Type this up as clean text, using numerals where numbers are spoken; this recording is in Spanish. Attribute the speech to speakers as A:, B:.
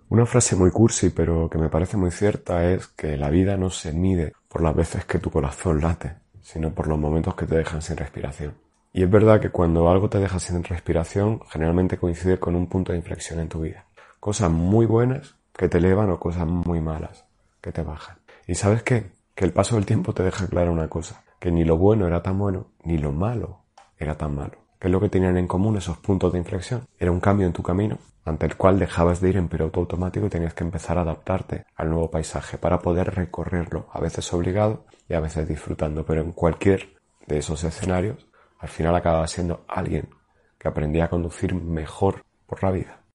A: Una frase muy cursi, pero que me parece muy cierta, es que la vida no se mide por las veces que tu corazón late, sino por los momentos que te dejan sin respiración. Y es verdad que cuando algo te deja sin respiración, generalmente coincide con un punto de inflexión en tu vida. Cosas muy buenas que te elevan o cosas muy malas que te bajan. ¿Y sabes qué? Que el paso del tiempo te deja clara una cosa, que ni lo bueno era tan bueno, ni lo malo era tan malo. ¿Qué es lo que tenían en común esos puntos de inflexión? Era un cambio en tu camino, ante el cual dejabas de ir en piloto automático y tenías que empezar a adaptarte al nuevo paisaje para poder recorrerlo, a veces obligado y a veces disfrutando, pero en cualquier de esos escenarios, al final acababas siendo alguien que aprendía a conducir mejor por la vida.